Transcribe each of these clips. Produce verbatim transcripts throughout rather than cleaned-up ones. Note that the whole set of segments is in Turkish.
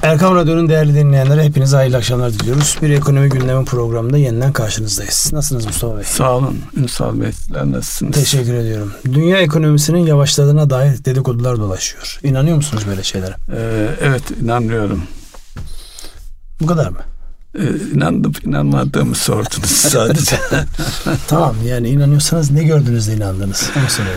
Erkam Radyo'nun değerli dinleyenlere hepinize hayırlı akşamlar diliyoruz. Bir ekonomi gündemi programında yeniden karşınızdayız. Nasılsınız Mustafa Bey? Sağ olun Ünsal Bey. Sizler nasılsınız? Teşekkür ediyorum. Dünya ekonomisinin yavaşladığına dair dedikodular dolaşıyor. İnanıyor musunuz böyle şeylere? Ee, evet inanıyorum. Bu kadar mı? Ee, inandım inanmadığımı sordunuz sadece. Tamam, yani inanıyorsanız ne gördünüz de inandınız? Onu sorayım.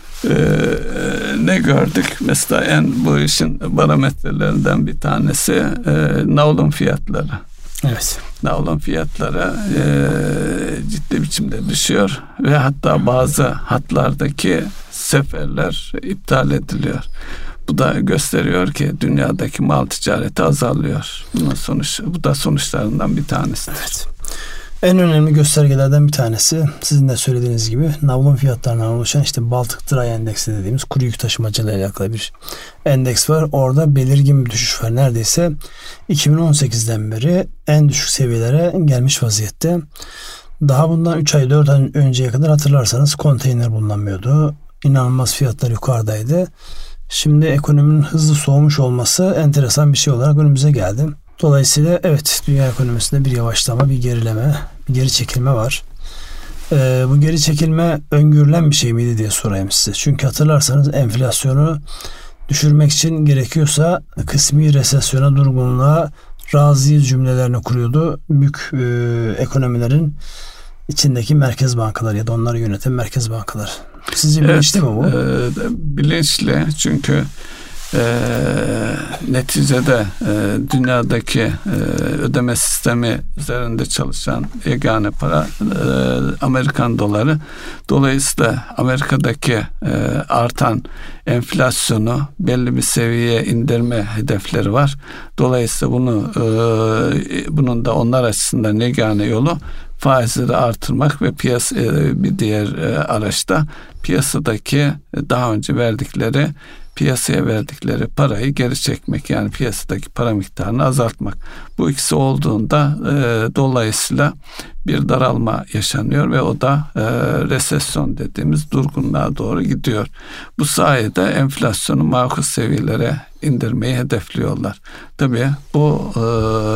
Ee, ne gördük? Mesela en bu işin barometrelerinden bir tanesi e, navlun fiyatları. Evet. Navlun fiyatları e, ciddi biçimde düşüyor ve hatta bazı hatlardaki seferler iptal ediliyor. Bu da gösteriyor ki dünyadaki mal ticareti azalıyor. Bunun sonuç, bu da sonuçlarından bir tanesi. Evet. En önemli göstergelerden bir tanesi sizin de söylediğiniz gibi navlun fiyatlarından oluşan işte Baltık Dry Endeksi dediğimiz kuru yük taşımacılığı ile alakalı bir endeks var. Orada belirgin bir düşüş var. Neredeyse iki bin on sekizden beri en düşük seviyelere gelmiş vaziyette. Daha bundan üç ay dört ay önceye kadar hatırlarsanız konteyner bulunamıyordu. İnanılmaz fiyatlar yukarıdaydı. Şimdi ekonominin hızlı soğumuş olması enteresan bir şey olarak önümüze geldi. Dolayısıyla evet, dünya ekonomisinde bir yavaşlama, bir gerileme, bir geri çekilme var. Ee, bu geri çekilme öngörülen bir şey miydi diye sorayım size. Çünkü hatırlarsanız enflasyonu düşürmek için gerekiyorsa kısmi resesyona, durgunluğa razıyız cümlelerini kuruyordu. Büyük e, ekonomilerin içindeki merkez bankaları ya da onları yöneten merkez bankaları. Sizce bilinçli evet, mi bu? E, bilinçli çünkü E, neticede e, dünyadaki e, ödeme sistemi üzerinde çalışan yegane para e, Amerikan doları. Dolayısıyla Amerika'daki e, artan enflasyonu belli bir seviyeye indirme hedefleri var. Dolayısıyla bunu e, bunun da onlar açısından yegane yolu faizleri artırmak ve piyasa e, bir diğer e, araçta piyasadaki daha önce verdikleri piyasaya verdikleri parayı geri çekmek, yani piyasadaki para miktarını azaltmak. Bu ikisi olduğunda e, dolayısıyla bir daralma yaşanıyor ve o da e, resesyon dediğimiz durgunluğa doğru gidiyor. Bu sayede enflasyonu makul seviyelere indirmeyi hedefliyorlar. Tabii bu e,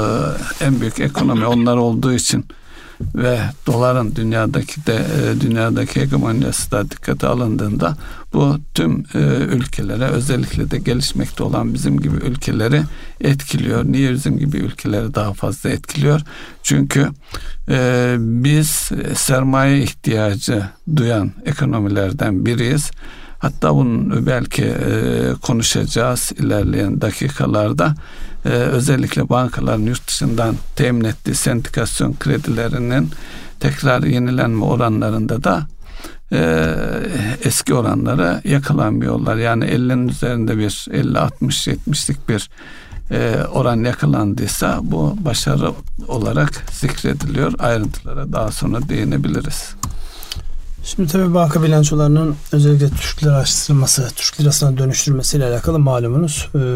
en büyük ekonomi onlar olduğu için ve doların dünyadaki de dünyadaki hegemonyası da dikkate alındığında bu tüm e, ülkelere, özellikle de gelişmekte olan bizim gibi ülkeleri etkiliyor. Niye bizim gibi ülkeleri daha fazla etkiliyor? Çünkü e, biz sermaye ihtiyacı duyan ekonomilerden biriyiz. Hatta bunu belki e, konuşacağız ilerleyen dakikalarda. Ee, özellikle bankaların yurt dışından temin ettiği sendikasyon kredilerinin tekrar yenilenme oranlarında da e, eski oranlara yakalanmıyorlar. Yani ellinin üzerinde bir elli altmış yetmişlik bir e, oran yakalandıysa bu başarı olarak zikrediliyor. Ayrıntılara daha sonra değinebiliriz. Şimdi tabii banka bilançolarının özellikle Türk lirasına, Türk lirasına dönüştürmesiyle alakalı malumunuz e,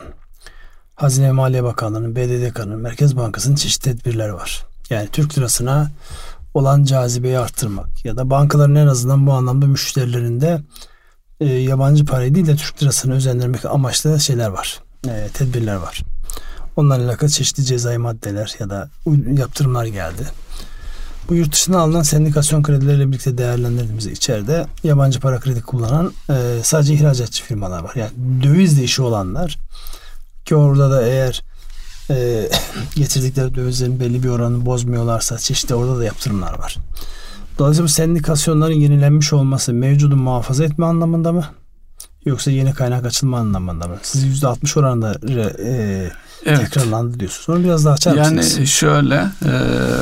Hazine ve Maliye Bakanlığı'nın, B D D K'nın, Merkez Bankası'nın çeşitli tedbirleri var. Yani Türk lirasına olan cazibeyi arttırmak ya da bankaların en azından bu anlamda müşterilerinde e, yabancı parayı değil de Türk lirasını özendirmek amaçlı şeyler var. E, tedbirler var. Onlarla alakalı çeşitli cezai maddeler ya da yaptırımlar geldi. Bu yurt dışına alınan sendikasyon kredileriyle birlikte değerlendirdiğimizde içeride yabancı para kredi kullanan e, sadece ihracatçı firmalar var. Yani dövizle işi olanlar ki orada da eğer e, getirdikleri dövizlerin belli bir oranını bozmuyorlarsa çeşitli orada da yaptırımlar var. Dolayısıyla bu sendikasyonların yenilenmiş olması mevcudu muhafaza etme anlamında mı? Yoksa yeni kaynak açılma anlamında mı? Siz yüzde altmış oranında e, evet. tekrarlandı diyorsunuz. Onu biraz daha açar mısınız? Yani şöyle e,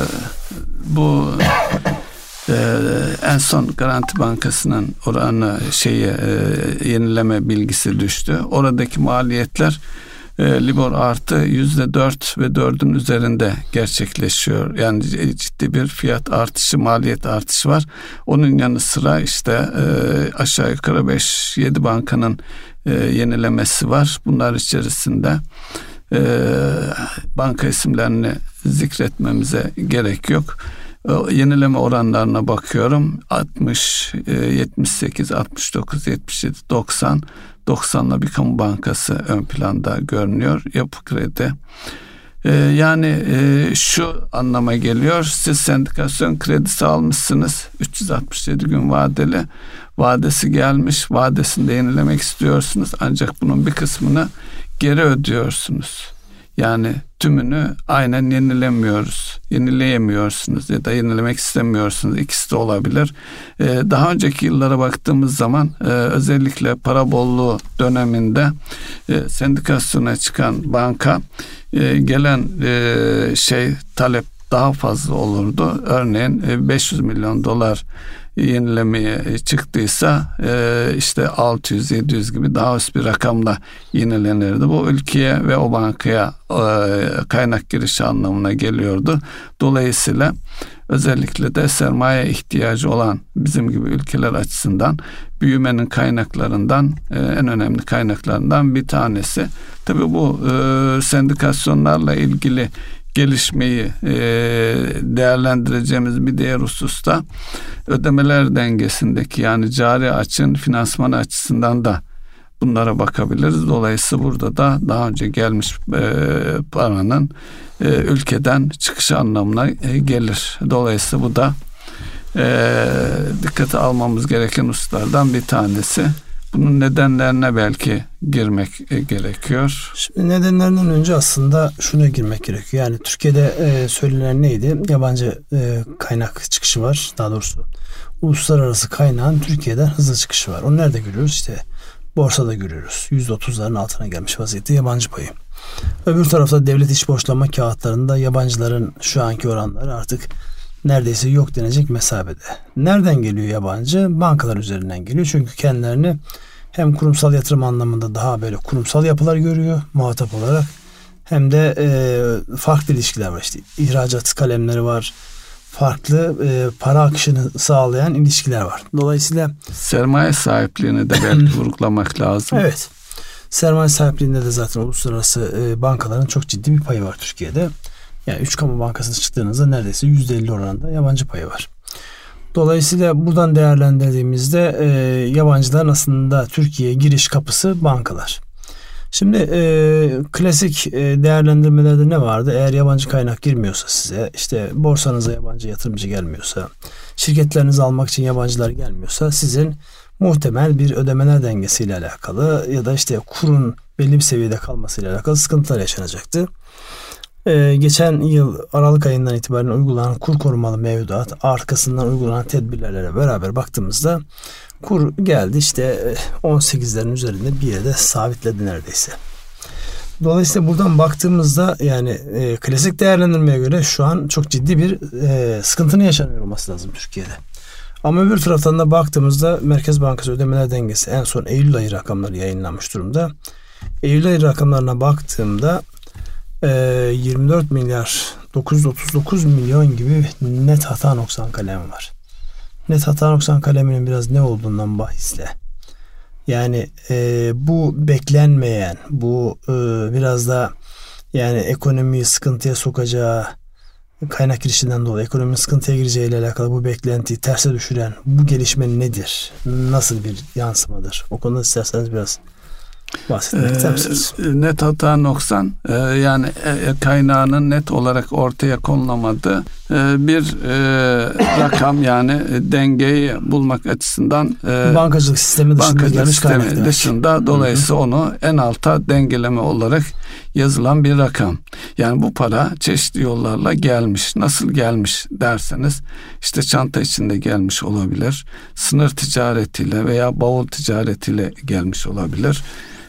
bu e, en son Garanti Bankası'nın oranı şeyi e, yenileme bilgisi düştü. Oradaki maliyetler e, Libor artı yüzde dört ve dördün üzerinde gerçekleşiyor. Yani ciddi bir fiyat artışı, maliyet artışı var. Onun yanı sıra işte e, aşağı yukarı beş yedi bankanın e, yenilemesi var. Bunlar içerisinde e, banka isimlerini zikretmemize gerek yok. O yenileme oranlarına bakıyorum. altmış, yetmiş sekiz, altmış dokuz, yetmiş yedi, doksan doksanla bir kamu bankası ön planda görünüyor. Yapı Kredi. Ee, yani e, şu anlama geliyor. Siz sendikasyon kredisi almışsınız. üç yüz altmış yedi gün vadeli. Vadesi gelmiş. Vadesini de yenilemek istiyorsunuz. Ancak bunun bir kısmını geri ödüyorsunuz. Yani tümünü aynen yenilemiyoruz. Yenileyemiyorsunuz ya da yenilemek istemiyorsunuz. İkisi de olabilir. Ee, daha önceki yıllara baktığımız zaman e, özellikle para bolluğu döneminde e, sendikasyona çıkan banka e, gelen e, şey talep daha fazla olurdu. Örneğin e, beş yüz milyon dolar yenilemeye çıktıysa e, işte altı yüz yedi yüz gibi daha üst bir rakamla yenilenirdi. Bu ülkeye ve o bankaya e, kaynak girişi anlamına geliyordu. Dolayısıyla özellikle de sermaye ihtiyacı olan bizim gibi ülkeler açısından büyümenin kaynaklarından e, en önemli kaynaklarından bir tanesi. Tabii bu e, sendikasyonlarla ilgili gelişmeyi e, değerlendireceğimiz bir diğer hususta ödemeler dengesindeki, yani cari açın finansman açısından da bunlara bakabiliriz. Dolayısıyla burada da daha önce gelmiş e, paranın e, ülkeden çıkışı anlamına e, gelir. Dolayısıyla bu da e, dikkate almamız gereken hususlardan bir tanesi. Bunun nedenlerine belki girmek e, gerekiyor. Şimdi nedenlerinden önce aslında şuna girmek gerekiyor. Yani Türkiye'de e, söylenen neydi? Yabancı e, kaynak çıkışı var. Daha doğrusu uluslararası kaynağın Türkiye'den hızlı çıkışı var. Onu nerede görüyoruz? İşte borsada görüyoruz. yüzde otuzların altına gelmiş vaziyette yabancı payı. Öbür tarafta devlet iç borçlanma kağıtlarında yabancıların şu anki oranları artık neredeyse yok denecek mesabede. Nereden geliyor yabancı? Bankalar üzerinden geliyor. Çünkü kendilerini hem kurumsal yatırım anlamında daha böyle kurumsal yapılar görüyor muhatap olarak, hem de e, farklı ilişkiler var. İşte ihracat kalemleri var. Farklı e, para akışını sağlayan ilişkiler var. Dolayısıyla sermaye sahipliğini de belki vurgulamak lazım. Evet. Sermaye sahipliğinde de zaten uluslararası e, bankaların çok ciddi bir payı var Türkiye'de. Yani üç kamu bankasına çıktığınızda neredeyse yüzde elli oranında yabancı payı var. Dolayısıyla buradan değerlendirdiğimizde e, yabancıların aslında Türkiye'ye giriş kapısı bankalar. Şimdi e, klasik e, değerlendirmelerde ne vardı? Eğer yabancı kaynak girmiyorsa size, işte borsanıza yabancı yatırımcı gelmiyorsa, şirketlerinizi almak için yabancılar gelmiyorsa sizin muhtemel bir ödemeler dengesiyle alakalı ya da işte kurun belli bir seviyede kalmasıyla alakalı sıkıntılar yaşanacaktı. Ee, geçen yıl Aralık ayından itibaren uygulanan kur korumalı mevduat, arkasından uygulanan tedbirlerle beraber baktığımızda kur geldi işte on sekizlerin üzerinde bir yerde sabitledi neredeyse. Dolayısıyla buradan baktığımızda yani e, klasik değerlendirmeye göre şu an çok ciddi bir e, sıkıntının yaşanıyor olması lazım Türkiye'de. Ama öbür taraftan da baktığımızda Merkez Bankası ödemeler dengesi en son Eylül ayı rakamları yayınlanmış durumda. Eylül ayı rakamlarına baktığımda yirmi dört milyar dokuz yüz otuz dokuz milyon gibi net hata noksan kalemi var. Net hata noksan kaleminin biraz ne olduğundan bahisle. Yani e, bu beklenmeyen, bu e, biraz da yani ekonomiyi sıkıntıya sokacağı, kaynak girişinden dolayı ekonominin sıkıntıya gireceğiyle alakalı bu beklentiyi terse düşüren bu gelişme nedir? Nasıl bir yansımadır? O konuda isterseniz biraz bahsetmek ister misiniz? E, net hata noksan e, yani e, kaynağının net olarak ortaya konulamadığı e, bir e, rakam, yani e, dengeyi bulmak açısından e, bankacılık sistemi dışında bankacılık gelmiş sistemi kaynak dışında, dolayısıyla Hı-hı. onu en alta dengeleme olarak yazılan bir rakam. Yani bu para çeşitli yollarla gelmiş. Nasıl gelmiş derseniz işte çanta içinde gelmiş olabilir. Sınır ticaretiyle veya bavul ticaretiyle gelmiş olabilir.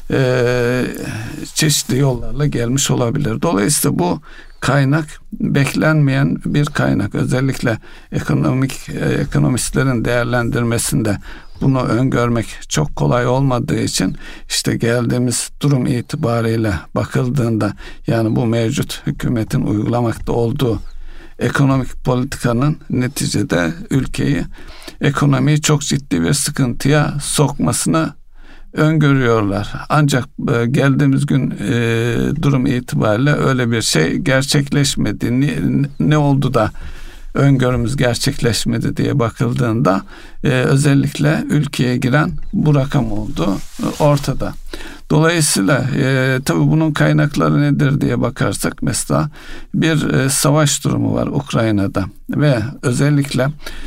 Ee, çeşitli yollarla gelmiş olabilir. Dolayısıyla bu kaynak beklenmeyen bir kaynak. Özellikle ekonomik ekonomistlerin değerlendirmesinde bunu öngörmek çok kolay olmadığı için işte geldiğimiz durum itibariyle bakıldığında, yani bu mevcut hükümetin uygulamakta olduğu ekonomik politikanın neticede ülkeyi, ekonomiyi çok ciddi bir sıkıntıya sokmasını öngörüyorlar. Ancak e, geldiğimiz gün e, durum itibariyle öyle bir şey gerçekleşmedi. Ne, ne oldu da öngörümüz gerçekleşmedi diye bakıldığında e, özellikle ülkeye giren bu rakam oldu e, ortada. Dolayısıyla e, tabii bunun kaynakları nedir diye bakarsak mesela bir e, savaş durumu var Ukrayna'da ve özellikle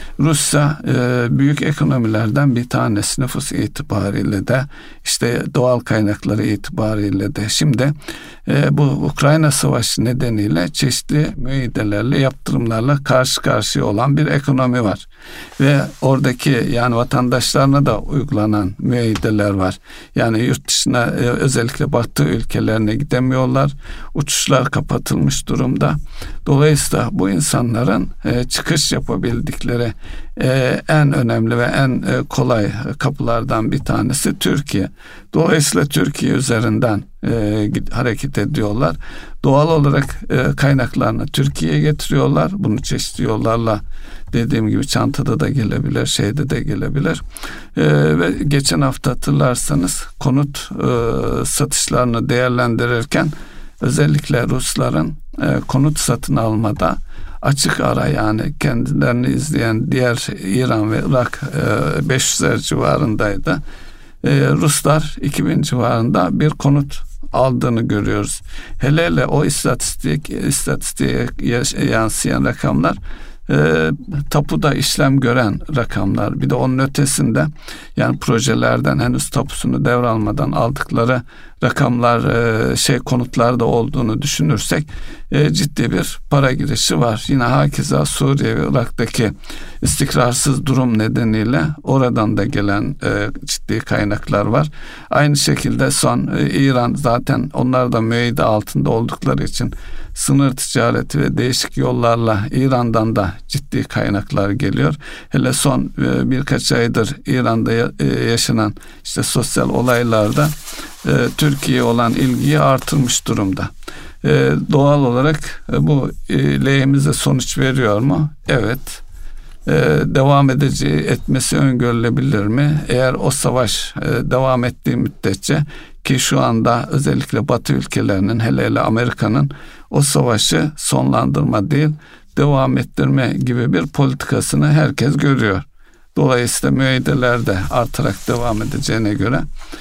Rusya e, büyük ekonomilerden bir tanesi nüfus itibariyle de işte doğal kaynakları itibariyle de şimdi e, bu Ukrayna Savaşı nedeniyle çeşitli müeyyidelerle yaptırımlarla karşı karşıya olan bir ekonomi var ve oradaki yani vatandaşlarına da uygulanan müeyyideler var. Yani yurt dışına e, özellikle Batı ülkelerine gidemiyorlar. Uçuşlar kapatılmış durumda. Dolayısıyla bu insanların e, çıkış yapabildikleri e, en önemli ve en e, kolay kapılardan bir tanesi Türkiye. Dolayısıyla Türkiye üzerinden e, hareket ediyorlar. Doğal olarak e, kaynaklarını Türkiye'ye getiriyorlar. Bunu çeşitli yollarla dediğim gibi çantada da gelebilir, şeyde de gelebilir. E, ve geçen hafta hatırlarsanız konut e, satışlarını değerlendirirken özellikle Rusların e, konut satın almada açık ara yani kendilerini izleyen diğer İran ve Irak e, beş yüzler civarındaydı. E, Ruslar iki bin civarında bir konut aldığını görüyoruz. Hele hele o istatistik istatistiğe yansıyan rakamlar e, tapuda işlem gören rakamlar. Bir de onun ötesinde yani projelerden henüz tapusunu devralmadan aldıkları rakamlar e, şey konutlarda olduğunu düşünürsek e, ciddi bir para girişi var. Yine hakeza Suriye ve Irak'taki istikrarsız durum nedeniyle oradan da gelen e, ciddi kaynaklar var. Aynı şekilde son e, İran zaten onlar da müeyyide altında oldukları için sınır ticareti ve değişik yollarla İran'dan da ciddi kaynaklar geliyor. Hele son e, birkaç aydır İran'da ya, e, yaşanan işte sosyal olaylarda e, Türkiye'ye olan ilgiyi artırmış durumda. E, doğal olarak e, bu e, lehimize sonuç veriyor mu? Evet. E, devam edici etmesi öngörülebilir mi? Eğer o savaş e, devam ettiği müddetçe ki şu anda özellikle Batı ülkelerinin hele hele Amerika'nın o savaşı sonlandırma değil devam ettirme gibi bir politikasını herkes görüyor. Dolayısıyla müeyyideler de artarak devam edeceğine göre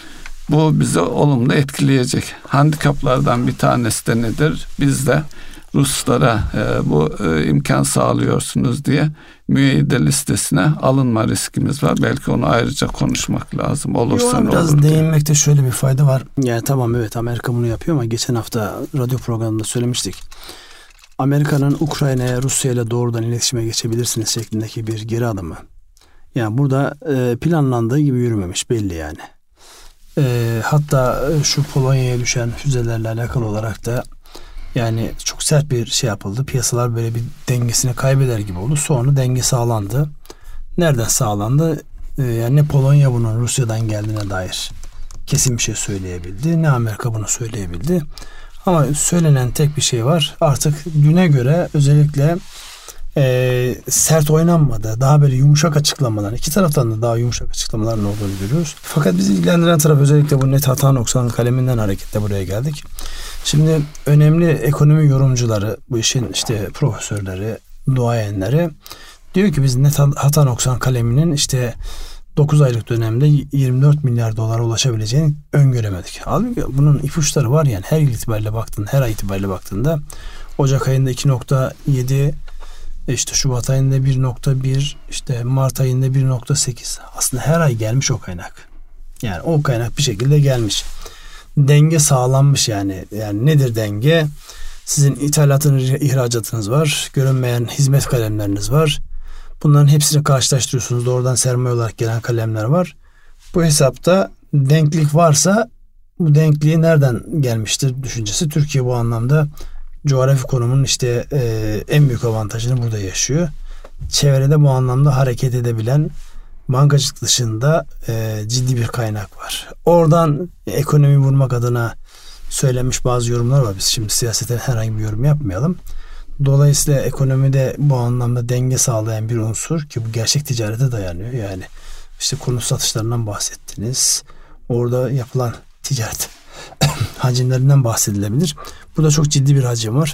bu bizi olumlu etkileyecek. Handikaplardan bir tanesi de nedir? Biz de Ruslara e, bu e, imkan sağlıyorsunuz diye müeyyide listesine alınma riskimiz var. Belki onu ayrıca konuşmak lazım. Olursa Yo, ne biraz olur diye. değinmekte şöyle bir fayda var. Yani tamam evet Amerika bunu yapıyor ama geçen hafta radyo programında söylemiştik. Amerika'nın Ukrayna'ya Rusya ile doğrudan iletişime geçebilirsiniz şeklindeki bir geri adımı. Yani burada e, planlandığı gibi yürümemiş belli yani. E, hatta şu Polonya'ya düşen füzelerle alakalı olarak da yani çok sert bir şey yapıldı. Piyasalar böyle bir dengesini kaybeder gibi oldu. Sonra denge sağlandı. Nereden sağlandı? Ee, yani ne Polonya bunun Rusya'dan geldiğine dair kesin bir şey söyleyebildi. Ne Amerika bunu söyleyebildi. Ama söylenen tek bir şey var. Artık düne göre özellikle e, sert oynanmadı. Daha böyle yumuşak açıklamalar. İki taraftan da daha yumuşak açıklamaların olduğunu görüyoruz. Fakat bizi ilgilendiren taraf özellikle bu Net Hatan Oksan'ın kaleminden hareketle buraya geldik. Şimdi önemli ekonomi yorumcuları, bu işin işte profesörleri, duayenleri diyor ki biz Net Hatan Oksan kaleminin işte dokuz aylık dönemde yirmi dört milyar dolara ulaşabileceğini öngöremedik. Halbuki bunun ipuçları var yani her yıl itibariyle baktığında, her ay itibariyle baktığında Ocak ayında iki nokta yedi, işte Şubat ayında bir nokta bir, işte Mart ayında bir nokta sekiz. Aslında her ay gelmiş o kaynak. Yani o kaynak bir şekilde gelmiş. Denge sağlanmış yani. Yani nedir denge? Sizin ithalatınız, ihracatınız var. Görünmeyen hizmet kalemleriniz var. Bunların hepsini karşılaştırıyorsunuz. Doğrudan sermaye olarak gelen kalemler var. Bu hesapta denklik varsa bu denkliği nereden gelmiştir düşüncesi. Türkiye bu anlamda coğrafi konumunun işte e, en büyük avantajını burada yaşıyor. Çevrede bu anlamda hareket edebilen bankacılık dışında e, ciddi bir kaynak var. Oradan ekonomi vurmak adına söylenmiş bazı yorumlar var. Biz şimdi siyasete herhangi bir yorum yapmayalım. Dolayısıyla ekonomide bu anlamda denge sağlayan bir unsur ki bu gerçek ticarete dayanıyor. Yani işte konut satışlarından bahsettiniz. Orada yapılan ticaret hacimlerinden bahsedilebilir. Burada çok ciddi bir hacim var.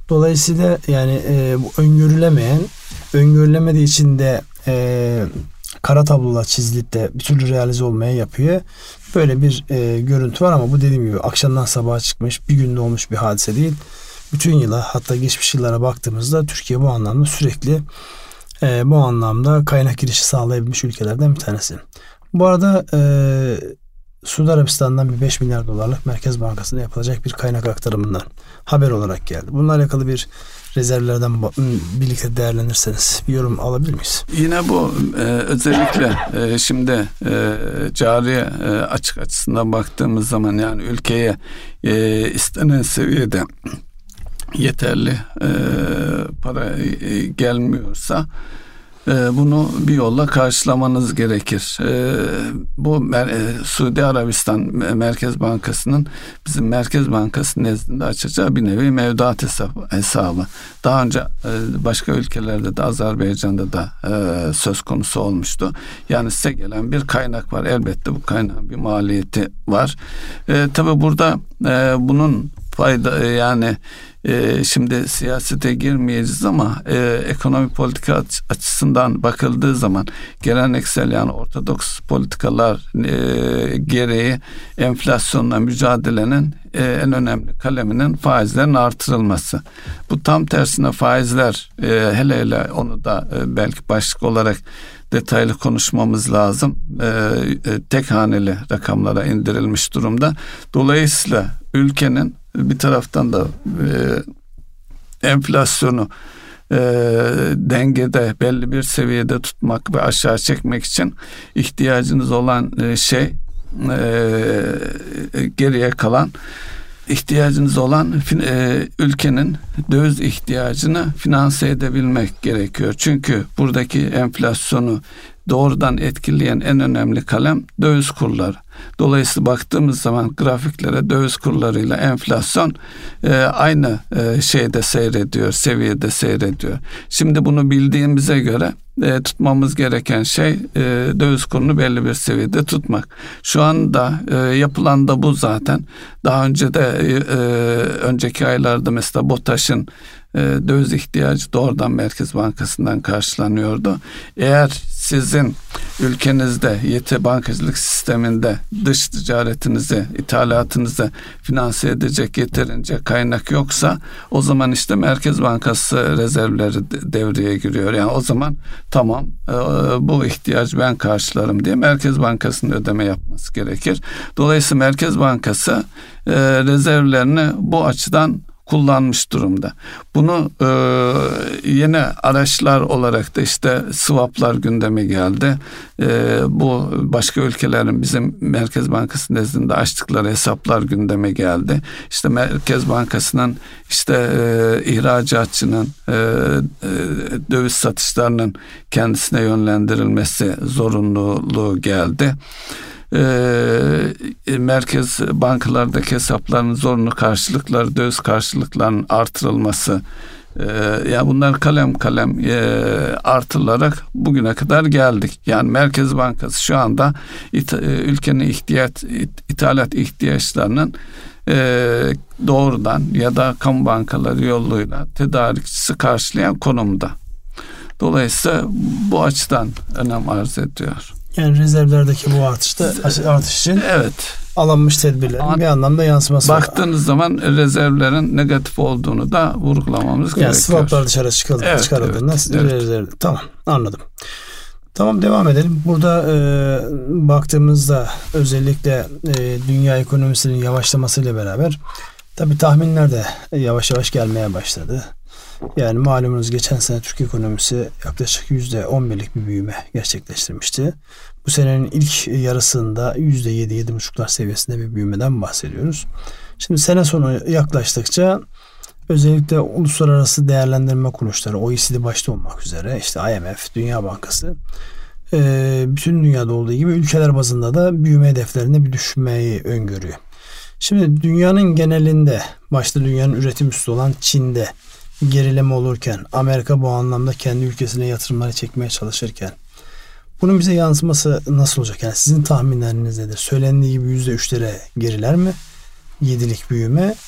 Dolayısıyla yani e, bu öngörülemeyen, öngörülemediği için de e, kara tablolar çizilip de bir türlü realize olmaya yapıyor. Böyle bir e, görüntü var ama bu dediğim gibi akşamdan sabaha çıkmış, bir günde olmuş bir hadise değil. Bütün yıla, hatta geçmiş yıllara baktığımızda Türkiye bu anlamda sürekli e, bu anlamda kaynak girişi sağlayabilmiş ülkelerden bir tanesi. Bu arada e, Suudi Arabistan'dan bir beş milyar dolarlık Merkez Bankası'na yapılacak bir kaynak aktarımından haber olarak geldi. Bununla alakalı bir rezervlerden birlikte değerlendirirseniz bir yorum alabilir miyiz? Yine bu e, özellikle e, şimdi e, cari e, açık açısından baktığımız zaman, yani ülkeye e, istenen seviyede yeterli e, para e, gelmiyorsa e, bunu bir yolla karşılamanız gerekir. E, bu e, Suudi Arabistan Merkez Bankası'nın bizim Merkez Bankası nezdinde açacağı bir nevi mevduat hesabı. hesabı. Daha önce e, başka ülkelerde de, Azerbaycan'da da e, söz konusu olmuştu. Yani size gelen bir kaynak var. Elbette bu kaynağın bir maliyeti var. E, tabii burada e, bunun fayda e, yani e, şimdi siyasete girmeyeceğiz ama e, ekonomi politika açısından bakıldığı zaman geleneksel, yani ortodoks politikalar e, gereği enflasyonla mücadelenin e, en önemli kaleminin faizlerin artırılması. Bu tam tersine faizler e, hele hele onu da e, belki başlık olarak detaylı konuşmamız lazım. E, e, tek haneli rakamlara indirilmiş durumda. Dolayısıyla ülkenin bir taraftan da e, enflasyonu e, dengede, belli bir seviyede tutmak ve aşağı çekmek için ihtiyacınız olan e, şey e, geriye kalan ihtiyacınız olan e, ülkenin döviz ihtiyacını finanse edebilmek gerekiyor. Çünkü buradaki enflasyonu doğrudan etkileyen en önemli kalem döviz kurları. Dolayısıyla baktığımız zaman grafiklere döviz kurlarıyla enflasyon e, aynı e, şeyde seyrediyor, seviyede seyrediyor. Şimdi bunu bildiğimize göre e, tutmamız gereken şey e, döviz kurunu belli bir seviyede tutmak. Şu anda e, yapılan da bu zaten. Daha önce de e, önceki aylarda mesela BOTAŞ'ın e, döviz ihtiyacı doğrudan Merkez Bankası'ndan karşılanıyordu. Eğer sizin ülkenizde Y T bankacılık sisteminde dış ticaretinizi, ithalatınızı finanse edecek yeterince kaynak yoksa, o zaman işte Merkez Bankası rezervleri devreye giriyor. Yani o zaman tamam bu ihtiyacı ben karşılarım diye Merkez Bankası'nın ödeme yapması gerekir. Dolayısıyla Merkez Bankası rezervlerini bu açıdan kullanmış durumda. Bunu e, yeni araçlar olarak da işte swaplar gündeme geldi. E, bu başka ülkelerin bizim Merkez Bankası nezdinde açtıkları hesaplar gündeme geldi. İşte Merkez Bankası'nın işte e, ihracatçının e, e, döviz satışlarının kendisine yönlendirilmesi zorunluluğu geldi. E, merkez bankalardaki hesapların zorunlu karşılıkları, döviz karşılıklarının artırılması, e, ya bunlar kalem kalem e, artırılarak bugüne kadar geldik. Yani Merkez Bankası şu anda it, e, ülkenin ihtiyaç it, ithalat ihtiyaçlarının e, doğrudan ya da kamu bankaları yoluyla tedarikçisi karşılayan konumda. Dolayısıyla bu açıdan önem arz ediyor. Yani rezervlerdeki bu artışta artış için evet, alınmış tedbirlerin bir anlamda yansıması baktığınız var. Zaman rezervlerin negatif olduğunu da vurgulamamız yani gerekiyor. Swaplar dışarı çıkarıldı, evet, çıkarıldığında evet, rezerv, evet. Tamam, anladım. Tamam, devam edelim. Burada e, baktığımızda özellikle e, dünya ekonomisinin yavaşlamasıyla beraber tabii tahminler de yavaş yavaş gelmeye başladı. Yani malumunuz geçen sene Türk ekonomisi yaklaşık yüzde on birlik bir büyüme gerçekleştirmişti. Bu senenin ilk yarısında yüzde yedi yedi buçuklar seviyesinde bir büyümeden bahsediyoruz. Şimdi sene sonu yaklaştıkça özellikle uluslararası değerlendirme kuruluşları, O E C D başta olmak üzere, işte I M F, Dünya Bankası, bütün dünyada olduğu gibi ülkeler bazında da büyüme hedeflerinde bir düşmeyi öngörüyor. Şimdi dünyanın genelinde, başta dünyanın üretim üssü olan Çin'de gerileme olurken, Amerika bu anlamda kendi ülkesine yatırımları çekmeye çalışırken, bunun bize yansıması nasıl olacak? Yani sizin tahminleriniz nedir? Söylendiği gibi yüzde üçlere geriler mi? Yedilik büyüme.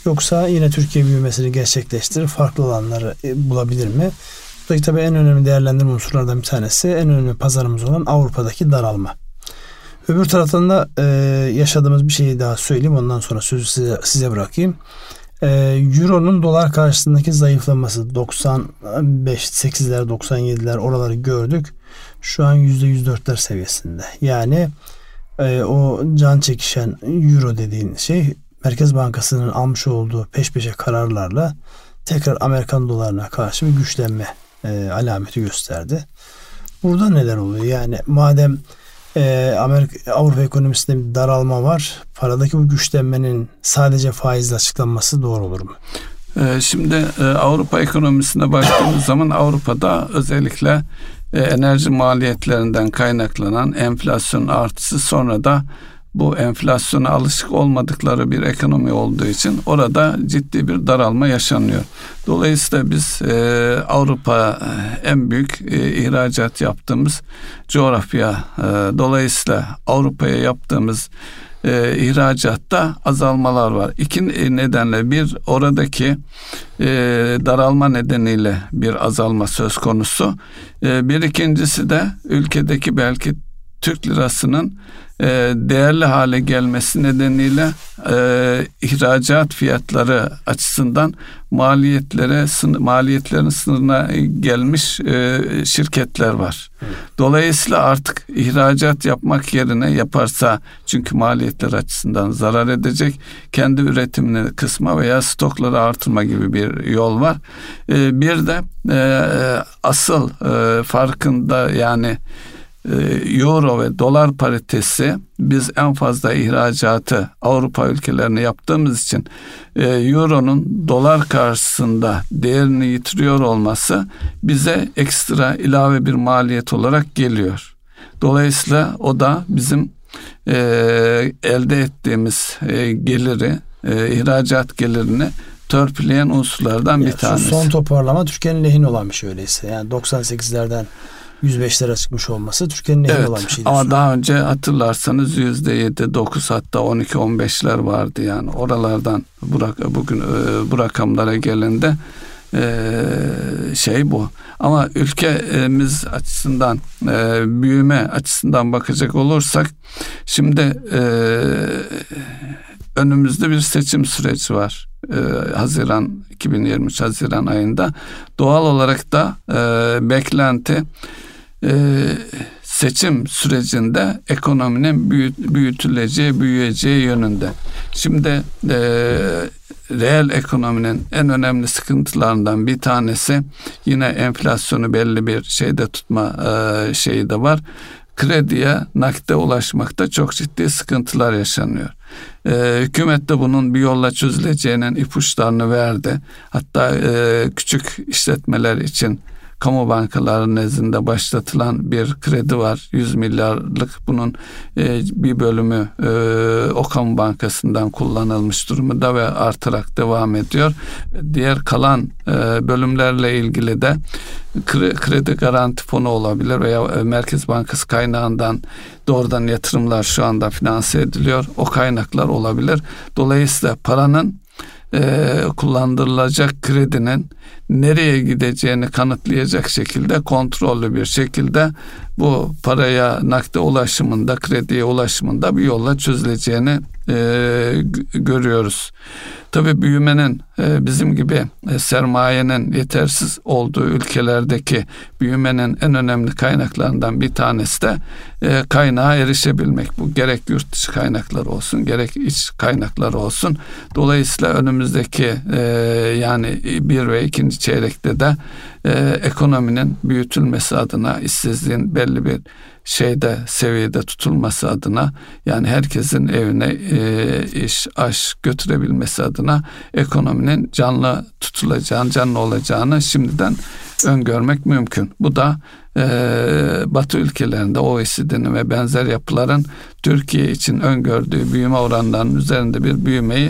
Yoksa yine Türkiye büyümesini gerçekleştirir, farklı alanları bulabilir mi? Buradaki tabii en önemli değerlendirme unsurlardan bir tanesi, en önemli pazarımız olan Avrupa'daki daralma. Öbür taraftan da e, yaşadığımız bir şeyi daha söyleyeyim. Ondan sonra sözü size, size bırakayım. E, Euro'nun dolar karşısındaki zayıflaması doksan beş sekizler doksan yediler oraları gördük. Şu an yüzde yüz dörtler seviyesinde. Yani e, o can çekişen Euro dediğin şey Merkez Bankası'nın almış olduğu peş peşe kararlarla tekrar Amerikan dolarına karşı bir güçlenme e, alameti gösterdi. Burada neler oluyor? Yani madem e, Amerika, Avrupa ekonomisinde bir daralma var, paradaki bu güçlenmenin sadece faizle açıklanması doğru olur mu? E, şimdi e, Avrupa ekonomisine baktığımız zaman Avrupa'da özellikle e, enerji maliyetlerinden kaynaklanan enflasyon artısı, sonra da bu enflasyona alışık olmadıkları bir ekonomi olduğu için orada ciddi bir daralma yaşanıyor. Dolayısıyla biz e, Avrupa en büyük e, ihracat yaptığımız coğrafya. E, dolayısıyla Avrupa'ya yaptığımız e, ihracatta azalmalar var. İki nedenle: bir, oradaki e, daralma nedeniyle bir azalma söz konusu. E, bir ikincisi de ülkedeki belki Türk lirasının e, değerli hale gelmesi nedeniyle e, ihracat fiyatları açısından maliyetlere maliyetlerin sınırına gelmiş e, şirketler var. Dolayısıyla artık ihracat yapmak yerine yaparsa, çünkü maliyetler açısından zarar edecek, kendi üretimini kısma veya stokları artırma gibi bir yol var. E, bir de e, asıl e, farkında yani Euro ve dolar paritesi, biz en fazla ihracatı Avrupa ülkelerine yaptığımız için Euro'nun dolar karşısında değerini yitiriyor olması bize ekstra ilave bir maliyet olarak geliyor. Dolayısıyla o da bizim e, elde ettiğimiz e, geliri, e, ihracat gelirini törpüleyen unsurlardan yani bir tanesi. Son toparlama Türkiye'nin lehine olan bir şey öyleyse. Yani doksan sekizlerden yüz beşlere çıkmış olması Türkiye'nin lehine evet, olan bir şey. Ama daha önce hatırlarsanız yüzde yedi dokuz hatta on iki on beşler vardı, yani oralardan bu, bugün bu rakamlara gelende şey bu. Ama ülkemiz açısından, büyüme açısından bakacak olursak, şimdi önümüzde bir seçim süreci var. Haziran iki bin yirmi üç Haziran ayında doğal olarak da beklenti seçim sürecinde ekonominin büyütüleceği, büyüyeceği yönünde. Şimdi e, reel ekonominin en önemli sıkıntılarından bir tanesi, yine enflasyonu belli bir şeyde tutma e, şeyi de var. Krediye, nakde ulaşmakta çok ciddi sıkıntılar yaşanıyor. Ee, hükümet de bunun bir yolla çözüleceğinin ipuçlarını verdi. Hatta e, küçük işletmeler için kamu bankaları nezdinde başlatılan bir kredi var. yüz milyarlık, bunun e, bir bölümü e, o kamu bankasından kullanılmış durumda ve artarak devam ediyor. Diğer kalan e, bölümlerle ilgili de kredi garanti fonu olabilir veya Merkez Bankası kaynağından doğrudan yatırımlar şu anda finanse ediliyor. O kaynaklar olabilir. Dolayısıyla paranın e, kullandırılacak kredinin nereye gideceğini kanıtlayacak şekilde, kontrollü bir şekilde bu paraya, nakde ulaşımında, krediye ulaşımında bir yolla çözüleceğini e, görüyoruz. Tabii büyümenin e, bizim gibi e, sermayenin yetersiz olduğu ülkelerdeki büyümenin en önemli kaynaklarından bir tanesi de e, kaynağa erişebilmek. Bu gerek yurt dışı kaynakları olsun, gerek iç kaynakları olsun. Dolayısıyla önümüzdeki e, yani bir ve ikinci çeyrekte de e, ekonominin büyütülmesi adına, işsizliğin belli bir şeyde, seviyede tutulması adına, yani herkesin evine e, iş, aş götürebilmesi adına ekonominin canlı tutulacağını, canlı olacağını şimdiden öngörmek mümkün. Bu da e, Batı ülkelerinde O E C D'nin ve benzer yapıların Türkiye için öngördüğü büyüme oranlarının üzerinde bir büyümeyi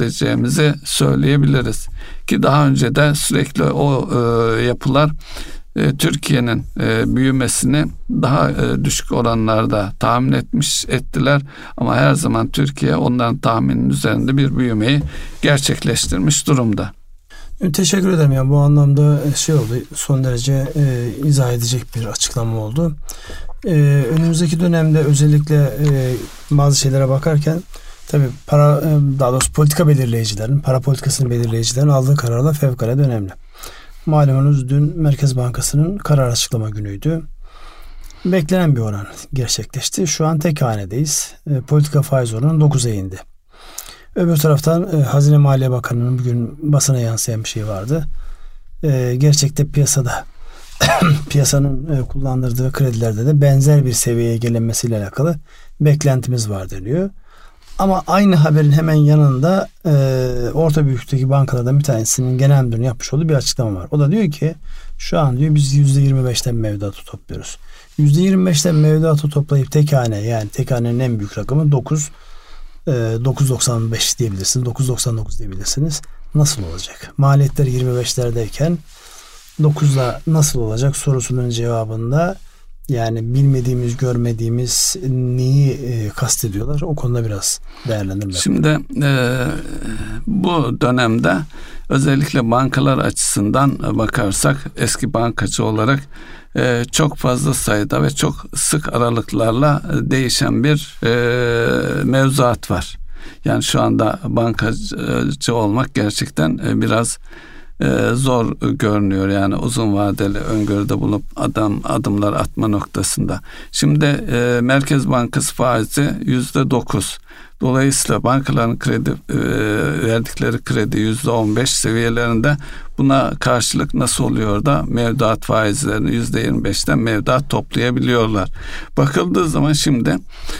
gerçekleştireceğimizi söyleyebiliriz. Ki daha önce de sürekli o e, yapılar e, Türkiye'nin e, büyümesini daha e, düşük oranlarda tahmin etmiş ettiler ama her zaman Türkiye onların tahmininin üzerinde bir büyümeyi gerçekleştirmiş durumda. Teşekkür ederim. Yani bu anlamda şey oldu, son derece e, izah edecek bir açıklama oldu. E, önümüzdeki dönemde özellikle e, bazı şeylere bakarken tabii para, e, daha doğrusu politika belirleyicilerin, para politikasını belirleyicilerin aldığı kararlar fevkalade önemli. Malumunuz dün Merkez Bankası'nın karar açıklama günüydü. Beklenen bir oran gerçekleşti. Şu an tek hanedeyiz. E, politika faiz oranı dokuza indi. Öbür taraftan e, Hazine Maliye Bakanı'nın bugün basına yansıyan bir şey vardı. E, gerçekte piyasada piyasanın e, kullandırdığı kredilerde de benzer bir seviyeye gelinmesiyle alakalı beklentimiz var deniyor. Ama aynı haberin hemen yanında e, orta büyüklükteki bankalardan bir tanesinin genel müdürünün yapmış olduğu bir açıklama var. O da diyor ki şu an diyor biz yüzde yirmi beşten mevduatı topluyoruz. yüzde yirmi beşten mevduatı toplayıp tek hane, yani tek hanenin en büyük rakamı dokuz dokuz doksan beş diyebilirsiniz. dokuz doksan dokuz diyebilirsiniz. Nasıl olacak? Maliyetler yirmi beşlerdeyken dokuzla nasıl olacak sorusunun cevabında yani bilmediğimiz, görmediğimiz neyi e, kastediyorlar? O konuda biraz değerlendirmek. Şimdi e, bu dönemde özellikle bankalar açısından bakarsak eski bankacı olarak e, çok fazla sayıda ve çok sık aralıklarla değişen bir e, mevzuat var. Yani şu anda bankacı olmak gerçekten e, biraz zor görünüyor, yani uzun vadeli öngörüde bulup adam adımlar atma noktasında. Şimdi e, Merkez Bankası faizi yüzde dokuz. Dolayısıyla bankaların kredi e, verdikleri kredi yüzde on beş seviyelerinde, buna karşılık nasıl oluyor da mevduat faizlerini yüzde yirmi beşten mevduat toplayabiliyorlar. Bakıldığı zaman şimdi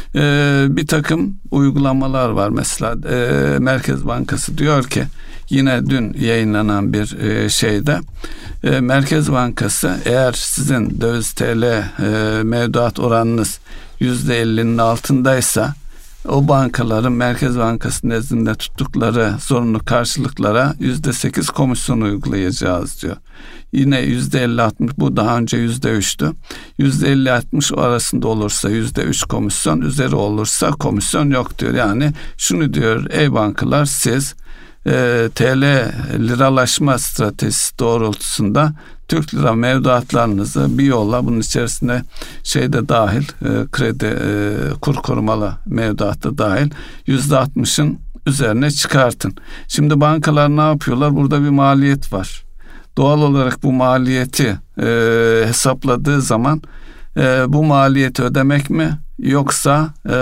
e, bir takım uygulamalar var. Mesela e, Merkez Bankası diyor ki, yine dün yayınlanan bir e, şeyde e, Merkez Bankası eğer sizin döviz T L e, mevduat oranınız yüzde ellinin altındaysa o bankaların Merkez Bankası nezdinde tuttukları zorunlu karşılıklara yüzde sekiz komisyon uygulayacağız diyor. Yine yüzde elli altmış, bu daha önce yüzde üçtü. yüzde elli altmış arasında olursa yüzde üç komisyon, üzeri olursa komisyon yok diyor. Yani şunu diyor: ey bankalar, siz e, T L liralaşma stratejisi doğrultusunda Türk lira mevduatlarınızı bir yolla, bunun içerisinde şey de dahil, e, kredi e, kur korumalı mevduat da dahil, yüzde altmışın üzerine çıkartın. Şimdi bankalar ne yapıyorlar? Burada bir maliyet var. Doğal olarak bu maliyeti e, hesapladığı zaman e, bu maliyeti ödemek mi, yoksa e,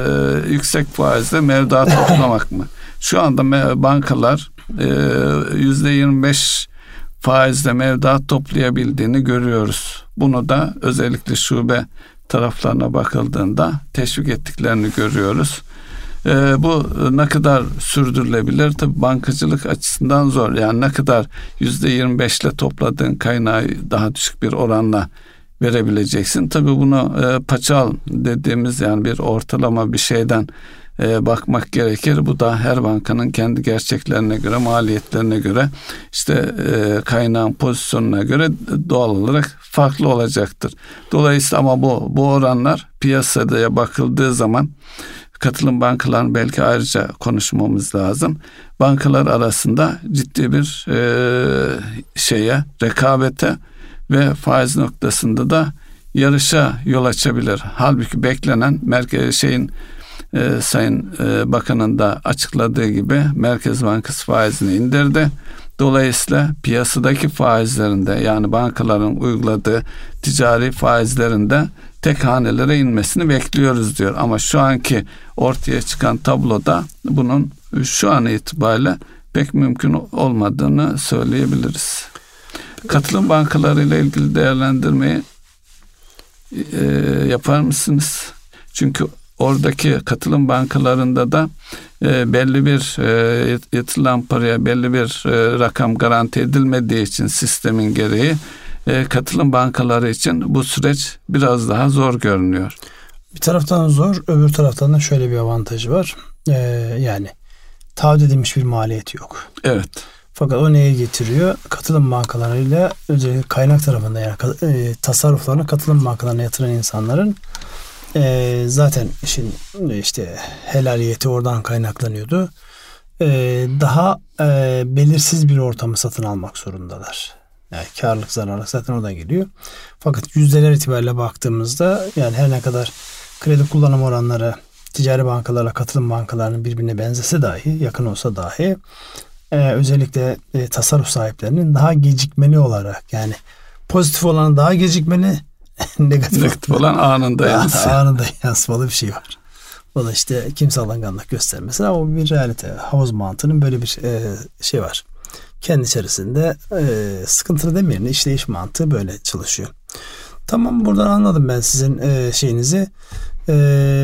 yüksek faizle mevduat toplamak mı? Şu anda bankalar e, yüzde yirmi beş faizle mevduat toplayabildiğini görüyoruz. Bunu da özellikle şube taraflarına bakıldığında teşvik ettiklerini görüyoruz. Ee, bu ne kadar sürdürülebilir? Tabii bankacılık açısından zor. Yani ne kadar yüzde yirmi beşle topladığın kaynağı daha düşük bir oranla verebileceksin. Tabii bunu e, paçal dediğimiz, yani bir ortalama bir şeyden E, bakmak gerekir. Bu da her bankanın kendi gerçeklerine göre, maliyetlerine göre, işte e, kaynağın pozisyonuna göre doğal olarak farklı olacaktır. Dolayısıyla ama bu bu oranlar piyasaya bakıldığı zaman, katılım bankalarını belki ayrıca konuşmamız lazım. Bankalar arasında ciddi bir e, şeye, rekabete ve faiz noktasında da yarışa yol açabilir. Halbuki beklenen merkez şeyin e, Sayın e, Bakan'ın da açıkladığı gibi Merkez Bankası faizini indirdi. Dolayısıyla piyasadaki faizlerinde, yani bankaların uyguladığı ticari faizlerinde tek hanelere inmesini bekliyoruz diyor. Ama şu anki ortaya çıkan tabloda bunun şu an itibariyle pek mümkün olmadığını söyleyebiliriz. Katılım bankaları ile ilgili değerlendirmeyi e, yapar mısınız? Çünkü oradaki katılım bankalarında da e, belli bir e, yatırılan paraya belli bir e, rakam garanti edilmediği için sistemin gereği e, katılım bankaları için bu süreç biraz daha zor görünüyor. Bir taraftan zor, öbür taraftan da şöyle bir avantajı var. Ee, yani taahhüt edilmiş bir maliyeti yok. Evet. Fakat o neye getiriyor? Katılım bankalarıyla özellikle kaynak tarafında yani e, tasarruflarını katılım bankalarına yatıran insanların e, zaten işin işte helaliyeti oradan kaynaklanıyordu. E, daha e, belirsiz bir ortamı satın almak zorundalar. Yani karlılık zararlık zaten oradan geliyor. Fakat yüzdeler itibariyle baktığımızda yani her ne kadar kredi kullanım oranları ticari bankalarla katılım bankalarının birbirine benzese dahi, yakın olsa dahi e, özellikle e, tasarruf sahiplerinin daha gecikmeli olarak yani pozitif olanı daha gecikmeli, negatif, negatif olan anında yansıyor. Anında yansımalı bir şey var. O da işte kimse alınganlık göstermesin ama o bir realite. Havuz mantığının böyle bir e, şey var. Kendi içerisinde e, sıkıntılı demeyelim, işleyiş mantığı böyle çalışıyor. Tamam, buradan anladım ben sizin e, şeyinizi. E,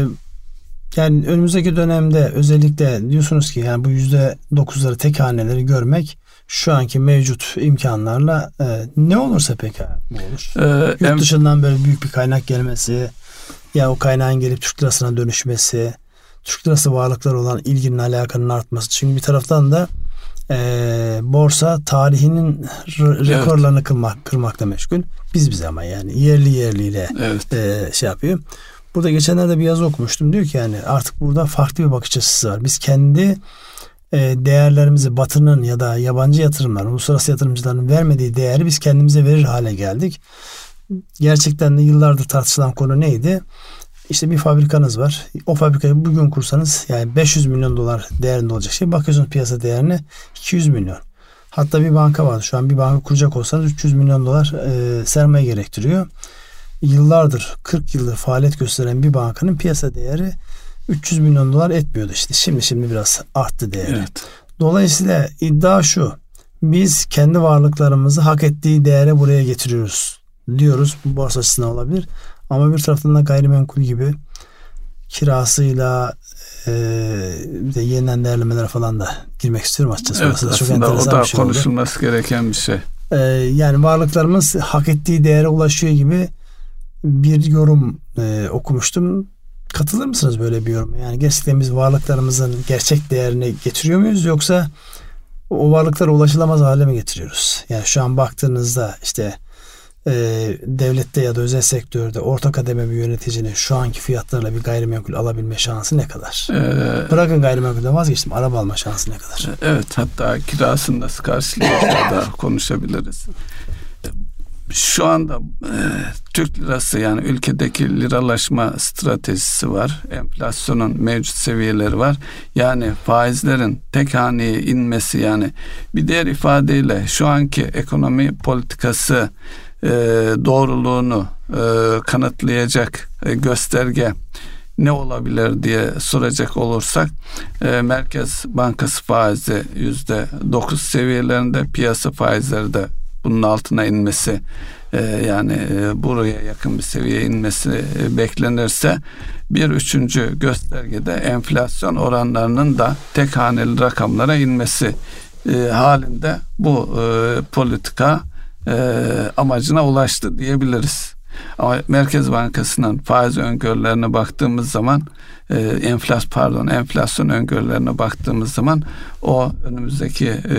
yani önümüzdeki dönemde özellikle diyorsunuz ki yani bu yüzde dokuzları tek haneleri görmek şu anki mevcut imkanlarla e, ne olursa peki bu olur. Ee, Yurt em- dışından böyle büyük bir kaynak gelmesi, ya o kaynağın gelip Türk lirasına dönüşmesi, Türk lirası varlıklar olan ilginin, alakanın artması. Çünkü bir taraftan da e, borsa tarihinin r- rekorlarını evet. kırmak, kırmakla meşgul. Biz bize ama yani yerli yerliyle evet. e, şey yapıyor. Burada geçenlerde bir yazı okumuştum. Diyor ki yani artık burada farklı bir bakış açısı var. Biz kendi e, değerlerimizi Batı'nın ya da yabancı yatırımların, uluslararası yatırımcıların vermediği değeri biz kendimize verir hale geldik. Gerçekten de yıllardır tartışılan konu neydi? İşte bir fabrikanız var. O fabrikayı bugün kursanız yani beş yüz milyon dolar değerinde olacak şey. Bakıyorsunuz piyasa değerine iki yüz milyon. Hatta bir banka var. Şu an bir banka kuracak olsanız üç yüz milyon dolar e, sermaye gerektiriyor. Yıllardır, kırk yıldır faaliyet gösteren bir bankanın piyasa değeri üç yüz milyon dolar etmiyordu işte. Şimdi şimdi biraz arttı değeri. Evet. Dolayısıyla iddia şu. Biz kendi varlıklarımızı hak ettiği değere buraya getiriyoruz diyoruz. Bu borsa açısından olabilir. Ama bir taraftan da gayrimenkul gibi kirasıyla e, de yeniden değerlemelere falan da girmek istiyorum açıkçası. Evet, aslında çok enteresan o da bir şey konuşulması oldu. Gereken bir şey. E, yani varlıklarımız hak ettiği değere ulaşıyor gibi bir yorum e, okumuştum. Katılır mısınız böyle bir yoruma? Yani gerçekten biz varlıklarımızın gerçek değerini getiriyor muyuz, yoksa o varlıklara ulaşılamaz hale mi getiriyoruz? Yani şu an baktığınızda işte e, devlette ya da özel sektörde orta kademe bir yöneticinin şu anki fiyatlarla bir gayrimenkul alabilme şansı ne kadar? Ee, Bırakın gayrimenkulden vazgeçtim. Araba alma şansı ne kadar? Evet, hatta kirasını nasıl karşılayacağız da konuşabiliriz. Şu anda e, Türk lirası yani ülkedeki liralaşma stratejisi var. Enflasyonun mevcut seviyeleri var. Yani faizlerin tek haneye inmesi, yani bir diğer ifadeyle şu anki ekonomi politikası e, doğruluğunu e, kanıtlayacak e, gösterge ne olabilir diye soracak olursak e, Merkez Bankası faizi yüzde dokuz seviyelerinde, piyasa faizleri de bunun altına inmesi e, yani e, buraya yakın bir seviyeye inmesi e, beklenirse bir üçüncü göstergede enflasyon oranlarının da tek haneli rakamlara inmesi e, halinde bu e, politika e, amacına ulaştı diyebiliriz. Ama Merkez Bankası'nın faiz öngörülerine baktığımız zaman e, enflasyon pardon enflasyon öngörülerine baktığımız zaman o önümüzdeki e,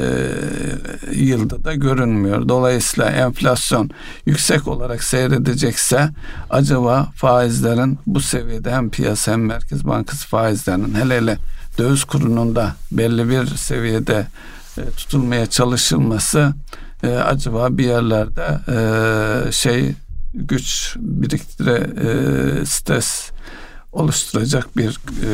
e, yılda da görünmüyor. Dolayısıyla enflasyon yüksek olarak seyredecekse acaba faizlerin bu seviyede hem piyasa hem Merkez Bankası faizlerinin hele hele döviz kurunun da belli bir seviyede e, tutulmaya çalışılması e, acaba bir yerlerde e, şey güç biriktire e, stres oluşturacak bir e,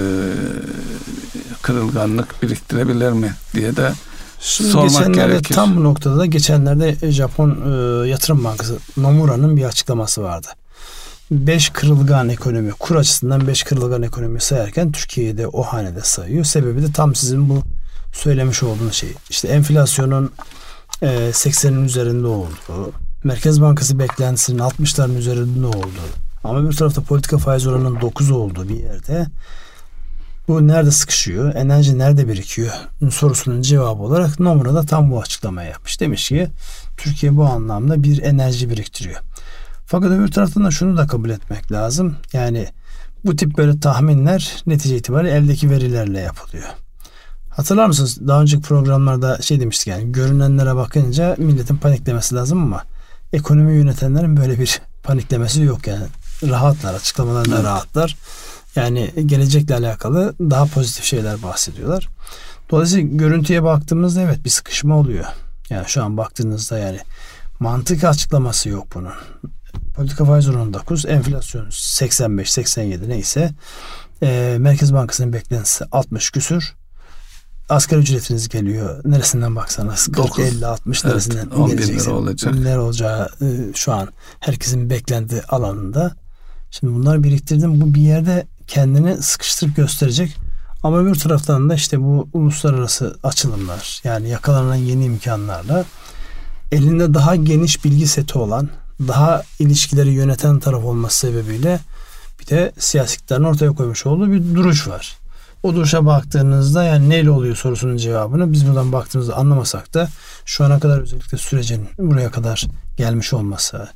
kırılganlık biriktirebilir mi diye de Şimdi sormak geçenlerde gerekir. Tam bu noktada da geçenlerde Japon e, Yatırım Bankası Nomura'nın bir açıklaması vardı. Beş kırılgan ekonomi, kur açısından beş kırılgan ekonomi sayarken Türkiye'yi de o hanede sayıyor. Sebebi de tam sizin bu söylemiş olduğunuz şey. İşte enflasyonun e, seksenin üzerinde olduğu, Merkez Bankası beklentisinin altmışların üzerinde olduğu ama bir tarafta politika faiz oranının dokuz olduğu bir yerde bu nerede sıkışıyor, enerji nerede birikiyor sorusunun cevabı olarak Nomura da tam bu açıklamayı yapmış. Demiş ki Türkiye bu anlamda bir enerji biriktiriyor. Fakat öbür taraftan da şunu da kabul etmek lazım. Yani bu tip böyle tahminler netice itibariyle eldeki verilerle yapılıyor. Hatırlar mısınız? Daha önceki programlarda şey demiştik, yani görünenlere bakınca milletin paniklemesi lazım ama ekonomi yönetenlerin böyle bir paniklemesi yok yani. Rahatlar, açıklamalarında evet. rahatlar. Yani gelecekle alakalı daha pozitif şeyler bahsediyorlar. Dolayısıyla görüntüye baktığımızda evet bir sıkışma oluyor. Yani şu an baktığınızda yani mantık açıklaması yok bunun. Politika faiz oranı dokuz, enflasyon seksen beş seksen yedi neyse. E, Merkez Bankası'nın beklentisi altmış küsür. Asgari ücretiniz geliyor. Neresinden baksanız kırk elli altmış neresinden evet, gelecekse olacak. Ne olacağı e, şu an herkesin beklenti alanında. Şimdi bunları biriktirdim. Bu bir yerde kendini sıkıştırıp gösterecek. Ama öbür taraftan da işte bu uluslararası açılımlar, yani yakalanan yeni imkanlarla elinde daha geniş bilgi seti olan, daha ilişkileri yöneten taraf olması sebebiyle bir de siyasi iktidarın ortaya koymuş olduğu bir duruş var. O duruşa baktığınızda yani neyle oluyor sorusunun cevabını biz buradan baktığımızda anlamasak da şu ana kadar özellikle sürecin buraya kadar gelmiş olması,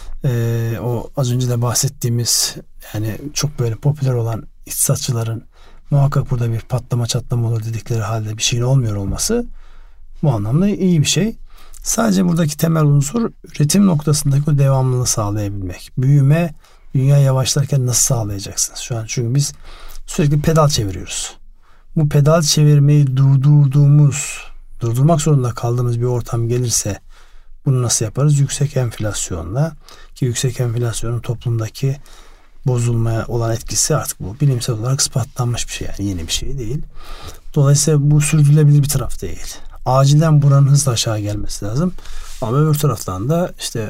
e, o az önce de bahsettiğimiz yani çok böyle popüler olan iktisatçıların muhakkak burada bir patlama çatlama olur dedikleri halde bir şeyin olmuyor olması bu anlamda iyi bir şey. Sadece buradaki temel unsur üretim noktasındaki o devamlılığı sağlayabilmek. Büyüme, dünya yavaşlarken nasıl sağlayacaksınız şu an? Çünkü biz sürekli pedal çeviriyoruz. Bu pedal çevirmeyi durdurduğumuz, durdurmak zorunda kaldığımız bir ortam gelirse bunu nasıl yaparız? Yüksek enflasyonla, ki yüksek enflasyonun toplumdaki bozulmaya olan etkisi artık bu bilimsel olarak ispatlanmış bir şey, yani yeni bir şey değil. Dolayısıyla bu sürdürülebilir bir taraf değil. Acilen buranın hızla aşağı gelmesi lazım. Ama öbür taraftan da işte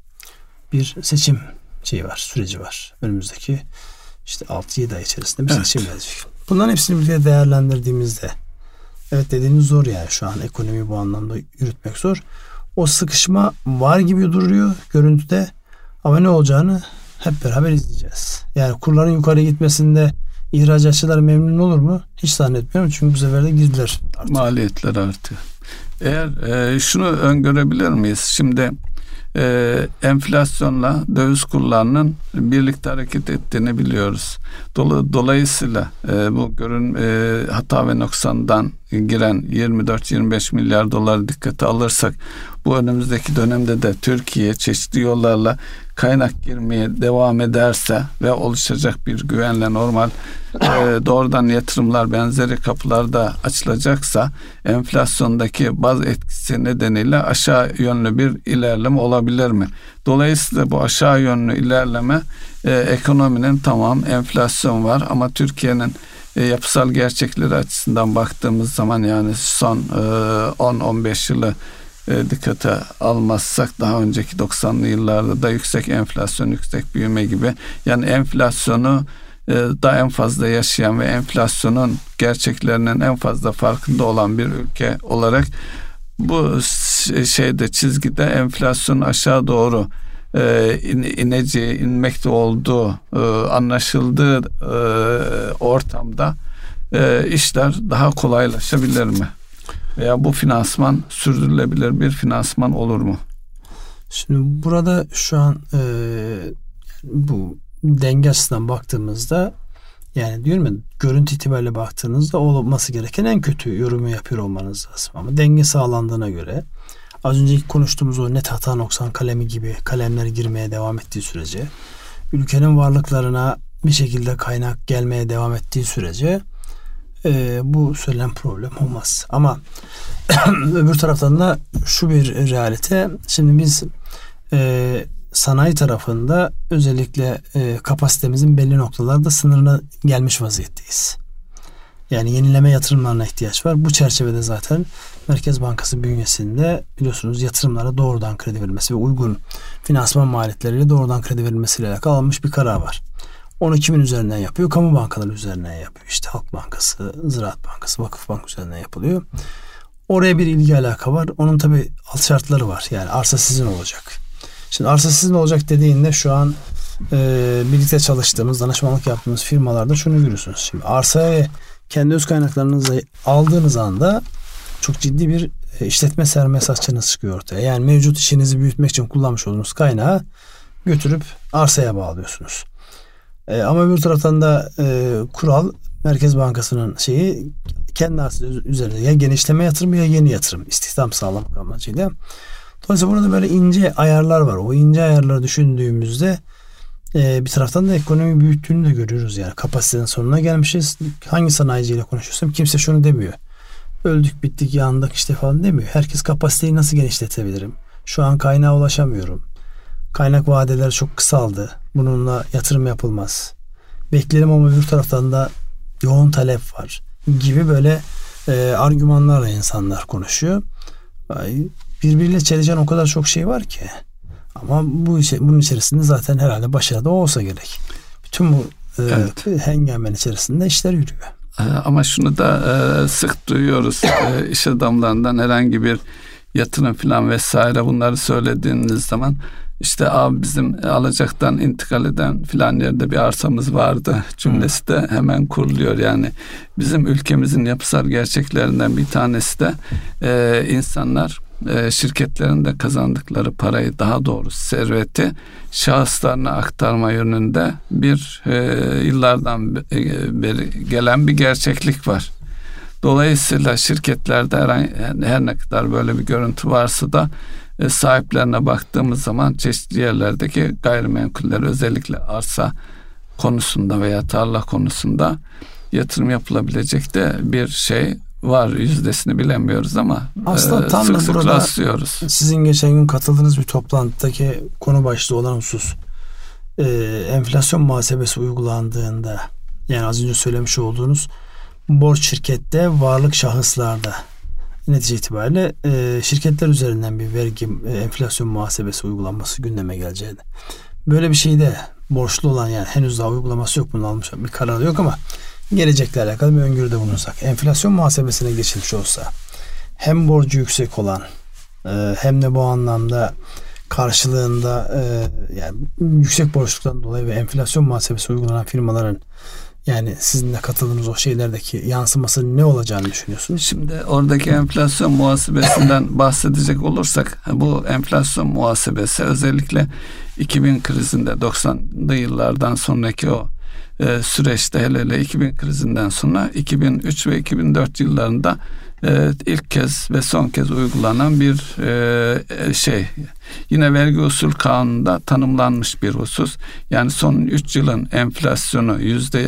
bir seçim şeyi var, süreci var. Önümüzdeki işte altı yedi ay içerisinde bir evet. seçim gelecek. Bunların hepsini birlikte değerlendirdiğimizde evet dediğiniz zor yani şu an ekonomi bu anlamda yürütmek zor. O sıkışma var gibi duruyor görüntüde ama ne olacağını hep beraber izleyeceğiz. Yani kurların yukarı gitmesinde ihracatçılar memnun olur mu? Hiç zannetmiyorum. Çünkü bu sefer de girdiler artıyor. Maliyetler artıyor. Eğer e, şunu öngörebilir miyiz? Şimdi e, enflasyonla döviz kurlarının birlikte hareket ettiğini biliyoruz. Dol- dolayısıyla e, bu görün e, hata ve noksandan giren yirmi dört yirmi beş milyar dolar dikkate alırsak bu önümüzdeki dönemde de Türkiye çeşitli yollarla kaynak girmeye devam ederse ve oluşacak bir güvenle normal e, doğrudan yatırımlar benzeri kapılarda açılacaksa enflasyondaki baz etkisi nedeniyle aşağı yönlü bir ilerleme olabilir mi? Dolayısıyla bu aşağı yönlü ilerleme e, ekonominin tamam enflasyon var ama Türkiye'nin e, yapısal gerçekleri açısından baktığımız zaman yani son e, on on beş yılı E, dikkate almazsak daha önceki doksanlı yıllarda da yüksek enflasyon, yüksek büyüme gibi yani enflasyonu e, da en fazla yaşayan ve enflasyonun gerçeklerinin en fazla farkında olan bir ülke olarak bu şeyde çizgide enflasyon aşağı doğru e, in, ineceği, inmekte olduğu e, anlaşıldığı e, ortamda e, işler daha kolaylaşabilir mi? Veya bu finansman sürdürülebilir bir finansman olur mu? Şimdi burada şu an e, bu denge açısından baktığımızda yani diyorum ya görüntü itibariyle baktığınızda olması gereken en kötü yorumu yapıyor olmanız lazım. Ama denge sağlandığına göre az önceki konuştuğumuz o net hata noksan kalemi gibi kalemler girmeye devam ettiği sürece ülkenin varlıklarına bir şekilde kaynak gelmeye devam ettiği sürece Ee, bu söylenen problem olmaz. Ama öbür taraftan da şu bir realite. Şimdi biz e, sanayi tarafında özellikle e, kapasitemizin belli noktalarda sınırına gelmiş vaziyetteyiz. Yani yenileme yatırımlarına ihtiyaç var. Bu çerçevede zaten Merkez Bankası bünyesinde biliyorsunuz yatırımlara doğrudan kredi verilmesi ve uygun finansman maliyetleriyle doğrudan kredi verilmesiyle alakalı alınmış bir karar var. Onu kimin üzerinden yapıyor? Kamu bankaları üzerinden yapıyor. İşte Halk Bankası, Ziraat Bankası, Vakıfbank üzerinden yapılıyor. Oraya bir ilgi alaka var. Onun tabii alt şartları var. Yani arsa sizin olacak. Şimdi arsa sizin olacak dediğinde şu an e, birlikte çalıştığımız, danışmanlık yaptığımız firmalarda şunu görüyorsunuz. Şimdi arsaya kendi öz kaynaklarınızı aldığınız anda çok ciddi bir e, işletme sermayesi açığınız çıkıyor ortaya. Yani mevcut işinizi büyütmek için kullanmış olduğunuz kaynağı götürüp arsaya bağlıyorsunuz. E, ama bir taraftan da e, kural Merkez Bankası'nın şeyi kendi arsası üzerinde ya genişleme yatırımı ya yeni yatırım, istihdam sağlamak amacıyla. Dolayısıyla burada böyle ince ayarlar var. O ince ayarları düşündüğümüzde e, bir taraftan da ekonomi büyüttüğünü de görüyoruz. Yani kapasitenin sonuna gelmişiz. Hangi sanayiciyle konuşuyorsam kimse şunu demiyor. Öldük, bittik, yandık işte falan demiyor. Herkes kapasiteyi nasıl genişletebilirim? Şu an kaynağa ulaşamıyorum. Kaynak vadeleri çok kısaldı. Bununla yatırım yapılmaz. Beklerim ama öbür taraftan da yoğun talep var gibi böyle e, argümanlarla insanlar konuşuyor. Birbiriyle çelişen o kadar çok şey var ki. Ama bu işe, bunun içerisinde zaten herhalde başarıda olsa gerek. Bütün bu e, evet. hengamenin içerisinde işler yürüyor. Ama şunu da e, sık duyuyoruz. e, iş adamlarından herhangi bir yatırım falan vesaire bunları söylediğiniz zaman işte abi bizim alacaktan intikal eden filan yerde bir arsamız vardı cümlesi de hemen kuruluyor. Yani bizim ülkemizin yapısal gerçeklerinden bir tanesi de e, insanlar e, şirketlerinde kazandıkları parayı, daha doğrusu serveti şahıslarına aktarma yönünde bir e, yıllardan beri gelen bir gerçeklik var. Dolayısıyla şirketlerde her, her ne kadar böyle bir görüntü varsa da e, sahiplerine baktığımız zaman çeşitli yerlerdeki gayrimenkuller, özellikle arsa konusunda veya tarla konusunda yatırım yapılabilecek de bir şey var. Yüzdesini bilemiyoruz ama aslında e, tam sık da sık burada rastlıyoruz. Sizin geçen gün katıldığınız bir toplantıdaki konu başlığı olan husus e, enflasyon muhasebesi uygulandığında, yani az önce söylemiş olduğunuz borç şirkette, varlık şahıslarda, netice itibariyle e, şirketler üzerinden bir vergi e, enflasyon muhasebesi uygulanması gündeme geleceğini. Böyle bir şeyde borçlu olan, yani henüz daha uygulaması yok, bunun almış bir karar yok ama gelecekle alakalı bir öngörüde bulunsak, enflasyon muhasebesine geçilmiş olsa hem borcu yüksek olan e, hem de bu anlamda karşılığında e, yani yüksek borçluktan dolayı ve enflasyon muhasebesi uygulanan firmaların, yani sizin de katıldığınız o şeylerdeki yansıması ne olacağını düşünüyorsunuz? Şimdi oradaki enflasyon muhasebesinden bahsedecek olursak, bu enflasyon muhasebesi özellikle iki bin krizinde, doksanlı yıllardan sonraki o e, süreçte, hele hele iki bin krizinden sonra iki bin üç ve iki bin dört yıllarında e, ilk kez ve son kez uygulanan bir e, şey. Yine vergi usul kanununda tanımlanmış bir husus. Yani son üç yılın enflasyonu yüzde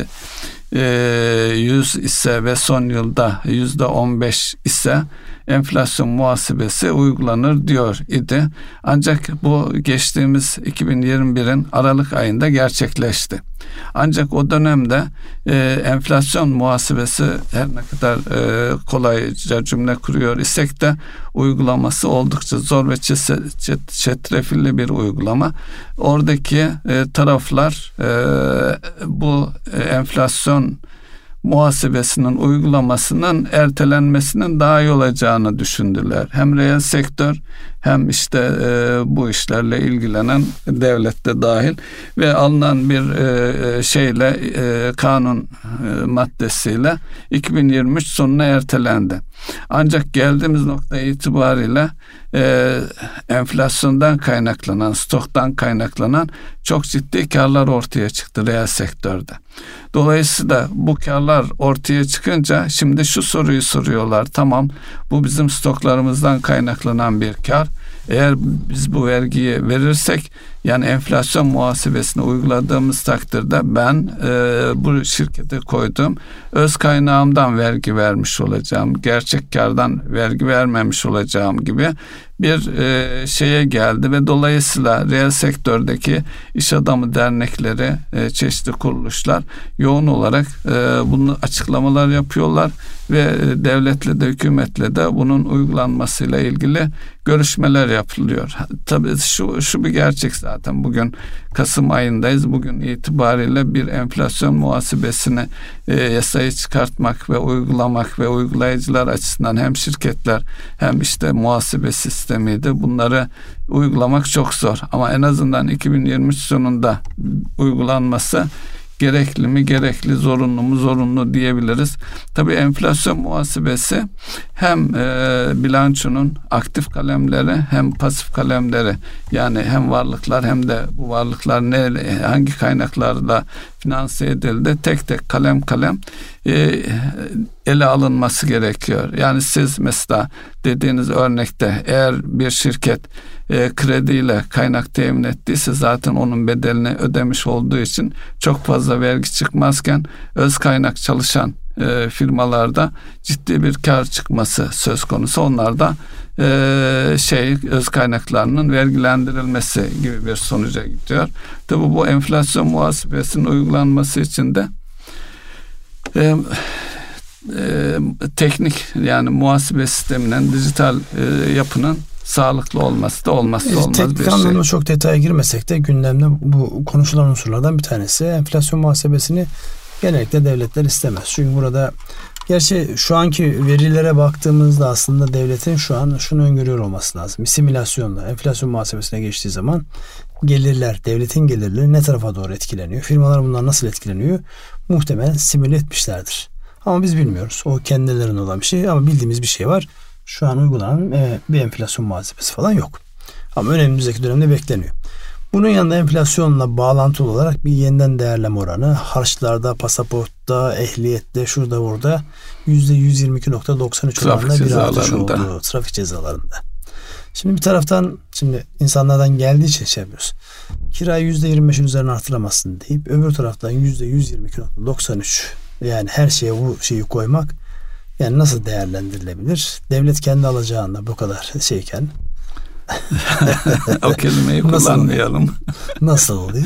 yüz ise ve son yılda yüzde on beş ise enflasyon muhasebesi uygulanır diyor idi. Ancak bu geçtiğimiz iki bin yirmi birin Aralık ayında gerçekleşti. Ancak o dönemde e, enflasyon muhasebesi her ne kadar e, kolayca cümle kuruyor isek de uygulaması oldukça zor ve çetrefilli bir uygulama. Oradaki e, taraflar e, bu e, enflasyon muhasebesinin uygulamasının ertelenmesinin daha iyi olacağını düşündüler. Hem reel sektör hem işte e, bu işlerle ilgilenen devlet de dahil ve alınan bir e, şeyle e, kanun e, maddesiyle iki bin yirmi üç sonuna ertelendi. Ancak geldiğimiz nokta itibariyle e, enflasyondan kaynaklanan, stoktan kaynaklanan çok ciddi karlar ortaya çıktı reel sektörde. Dolayısıyla bu karlar ortaya çıkınca şimdi şu soruyu soruyorlar. Tamam, bu bizim stoklarımızdan kaynaklanan bir kar. Eğer biz bu vergiyi verirsek, yani enflasyon muhasebesini uyguladığımız takdirde ben e, bu şirkete koyduğum öz kaynağımdan vergi vermiş olacağım, gerçek kardan vergi vermemiş olacağım gibi bir e, şeye geldi ve dolayısıyla reel sektördeki iş adamı dernekleri, e, çeşitli kuruluşlar yoğun olarak e, bunu açıklamalar yapıyorlar ve e, devletle de hükümetle de bunun uygulanmasıyla ilgili görüşmeler yapılıyor. Tabii şu şu bir gerçek zaten. Bugün Kasım ayındayız. Bugün itibariyle bir enflasyon muhasebesini e, yasayı çıkartmak ve uygulamak ve uygulayıcılar açısından hem şirketler hem işte muhasebe sistemiydi. Bunları uygulamak çok zor. Ama en azından iki bin yirmi üç sonunda uygulanması gerekli mi gerekli, zorunlu mu zorunlu diyebiliriz. Tabii enflasyon muhasebesi hem e, bilançonun aktif kalemleri hem pasif kalemleri, yani hem varlıklar hem de bu varlıklar ne, hangi kaynaklarla finanse edildi. Tek tek kalem kalem e, ele alınması gerekiyor. Yani siz mesela dediğiniz örnekte eğer bir şirket e, krediyle kaynak temin ettiyse zaten onun bedelini ödemiş olduğu için çok fazla vergi çıkmazken öz kaynak çalışan e, firmalarda ciddi bir kar çıkması söz konusu. Onlar da e, şey öz kaynaklarının vergilendirilmesi gibi bir sonuca gidiyor. Tabii bu enflasyon muhasebesinin uygulanması için de e, e, teknik yani muhasebe sisteminin dijital e, yapının sağlıklı olması da olmazsa olmaz Teknik bir şey. Teknik anlamda çok detaya girmesek de gündemde bu konuşulan unsurlardan bir tanesi. Enflasyon muhasebesini genellikle devletler istemez. Çünkü burada gerçi şu anki verilere baktığımızda aslında devletin şu an şunu öngörüyor olması lazım. Bir simülasyonda enflasyon muhasebesine geçtiği zaman gelirler, devletin gelirleri ne tarafa doğru etkileniyor? Firmalar bundan nasıl etkileniyor? Muhtemelen simüle etmişlerdir. Ama biz bilmiyoruz. O kendilerine olan bir şey ama bildiğimiz bir şey var. Şu an uygulanan e, bir enflasyon muhasebesi falan yok. Ama önümüzdeki dönemde bekleniyor. Bunun yanında enflasyonla bağlantılı olarak bir yeniden değerleme oranı harçlarda, pasaportta, ehliyette, şurada burada yüzde yüz yirmi iki virgül doksan üç oranında bir artış oldu trafik cezalarında. Şimdi bir taraftan şimdi insanlardan geldiği için şey yapıyoruz. Kirayı yüzde yirmi beşin üzerine artıramazsın deyip öbür taraftan yüzde yüz yirmi iki virgül doksan üç yani her şeye bu şeyi koymak yani nasıl değerlendirilebilir? Devlet kendi alacağında bu kadar şeyken o kelimeyi kullanmayalım. Nasıl oluyor?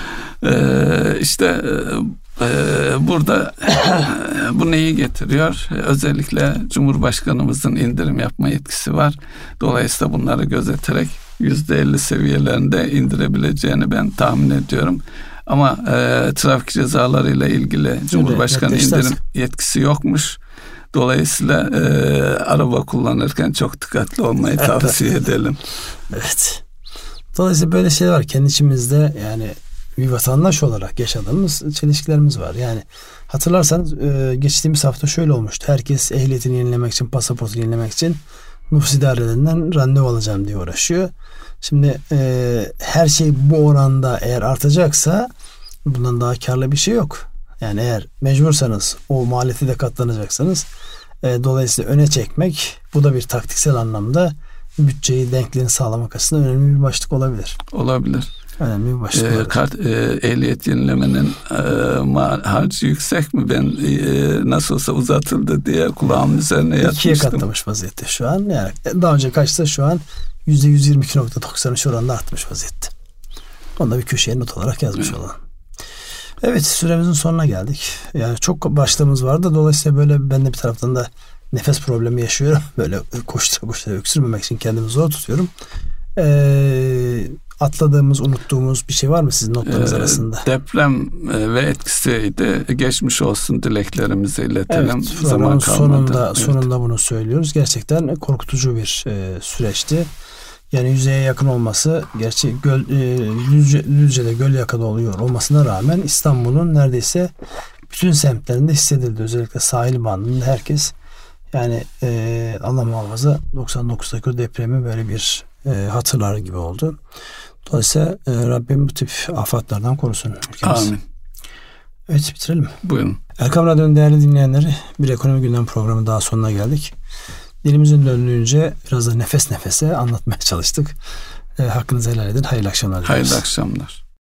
Ee, işte e, burada e, bu neyi getiriyor? Özellikle Cumhurbaşkanımızın indirim yapma yetkisi var. Dolayısıyla bunları gözeterek yüzde elli seviyelerinde indirebileceğini ben tahmin ediyorum. Ama e, trafik cezalarıyla ilgili Cumhurbaşkanı evet, indirim yetkisi yokmuş. Dolayısıyla e, araba kullanırken çok dikkatli olmayı tavsiye edelim. Evet. Dolayısıyla böyle şeyler var. Kendi içimizde yani bir vatandaş olarak yaşadığımız çelişkilerimiz var. Yani hatırlarsanız e, geçtiğimiz hafta şöyle olmuştu. Herkes ehliyetini yenilemek için, pasaportunu yenilemek için nüfus idarelerinden randevu alacağım diye uğraşıyor. Şimdi e, her şey bu oranda eğer artacaksa bundan daha karlı bir şey yok. Yani eğer mecbursanız o maliyeti de katlanacaksanız e, dolayısıyla öne çekmek bu da bir taktiksel anlamda bütçeyi denkliğini sağlamak açısından önemli bir başlık olabilir. Olabilir. Önemli bir başlık e, kart, e, ehliyet yenilemenin e, harcı yüksek mi? Ben e, nasıl olsa uzatıldı diye kulağımın üzerine yatmıştım. İkiye katlamış vaziyette şu an. Yani daha önce kaçta şu an yüzde yüz yirmi iki virgül doksan üç oranında artmış vaziyette. Onu da bir köşeye not olarak yazmış evet. Olan. Evet süremizin sonuna geldik. Yani çok başlığımız vardı. Dolayısıyla böyle ben de bir taraftan da nefes problemi yaşıyorum. Böyle koştura koştura öksürmemek için kendimi zor tutuyorum. Ee, atladığımız, unuttuğumuz bir şey var mı sizin notlarınız ee, arasında? Deprem ve etkisiydi. Geçmiş olsun dileklerimizi iletelim. Evet, Zaman sonunda, evet. sonunda bunu söylüyoruz. Gerçekten korkutucu bir e, süreçti. Yani yüzeye yakın olması, gerçi göl, e, Düzce, Düzce'de göl yakada oluyor olmasına rağmen İstanbul'un neredeyse bütün semtlerinde hissedildi. Özellikle sahil bandında herkes yani e, Allah muhafaza doksan dokuzdaki depremi böyle bir e, hatırlar gibi oldu. Dolayısıyla e, Rabbim bu tip afatlardan korusun ülkemiz. Amin. Evet bitirelim. Buyurun. Erkam Radyo'nun değerli dinleyenleri bir ekonomi gündem programı daha sonuna geldik. Dilimizin döndüğünce biraz da nefes nefese anlatmaya çalıştık. E, hakkınızı helal edin. Hayırlı akşamlar diliyoruz. Hayırlı akşamlar.